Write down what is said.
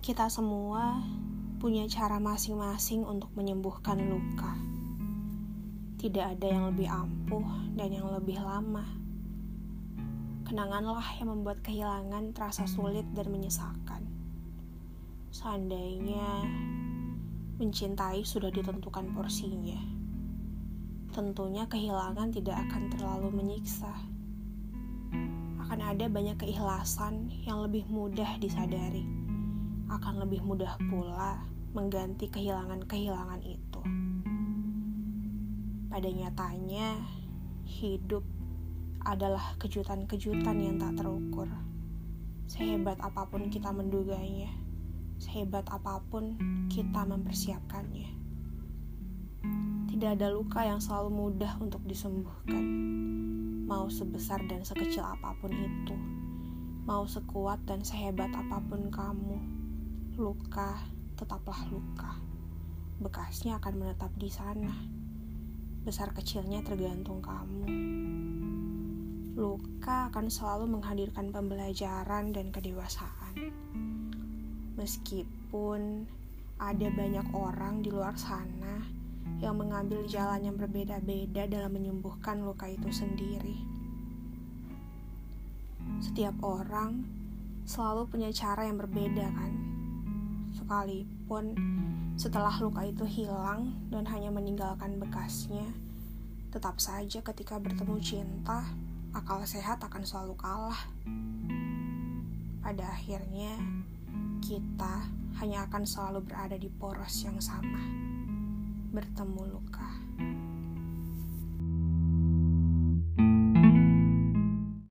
Kita semua punya cara masing-masing untuk menyembuhkan luka. Tidak ada yang lebih ampuh dan yang lebih lama. Kenanganlah yang membuat kehilangan terasa sulit dan menyesakan. Seandainya mencintai sudah ditentukan porsinya, tentunya kehilangan tidak akan terlalu menyiksa. Akan ada banyak keikhlasan yang lebih mudah disadari. Akan lebih mudah pula mengganti kehilangan-kehilangan itu. Pada nyatanya, hidup adalah kejutan-kejutan yang tak terukur. Sehebat apapun kita menduganya, sehebat apapun kita mempersiapkannya. Tidak ada luka yang selalu mudah untuk disembuhkan. Mau sebesar dan sekecil apapun itu, mau sekuat dan sehebat apapun kamu, luka tetaplah luka. Bekasnya akan menetap di sana. Besar kecilnya tergantung kamu. Luka akan selalu menghadirkan pembelajaran dan kedewasaan. Meskipun ada banyak orang di luar sana yang mengambil jalan yang berbeda-beda dalam menyembuhkan luka itu sendiri. Setiap orang selalu punya cara yang berbeda kan? Sekalipun setelah luka itu hilang dan hanya meninggalkan bekasnya, tetap saja ketika bertemu cinta, akal sehat akan selalu kalah. Pada akhirnya, kita hanya akan selalu berada di poros yang sama, bertemu luka.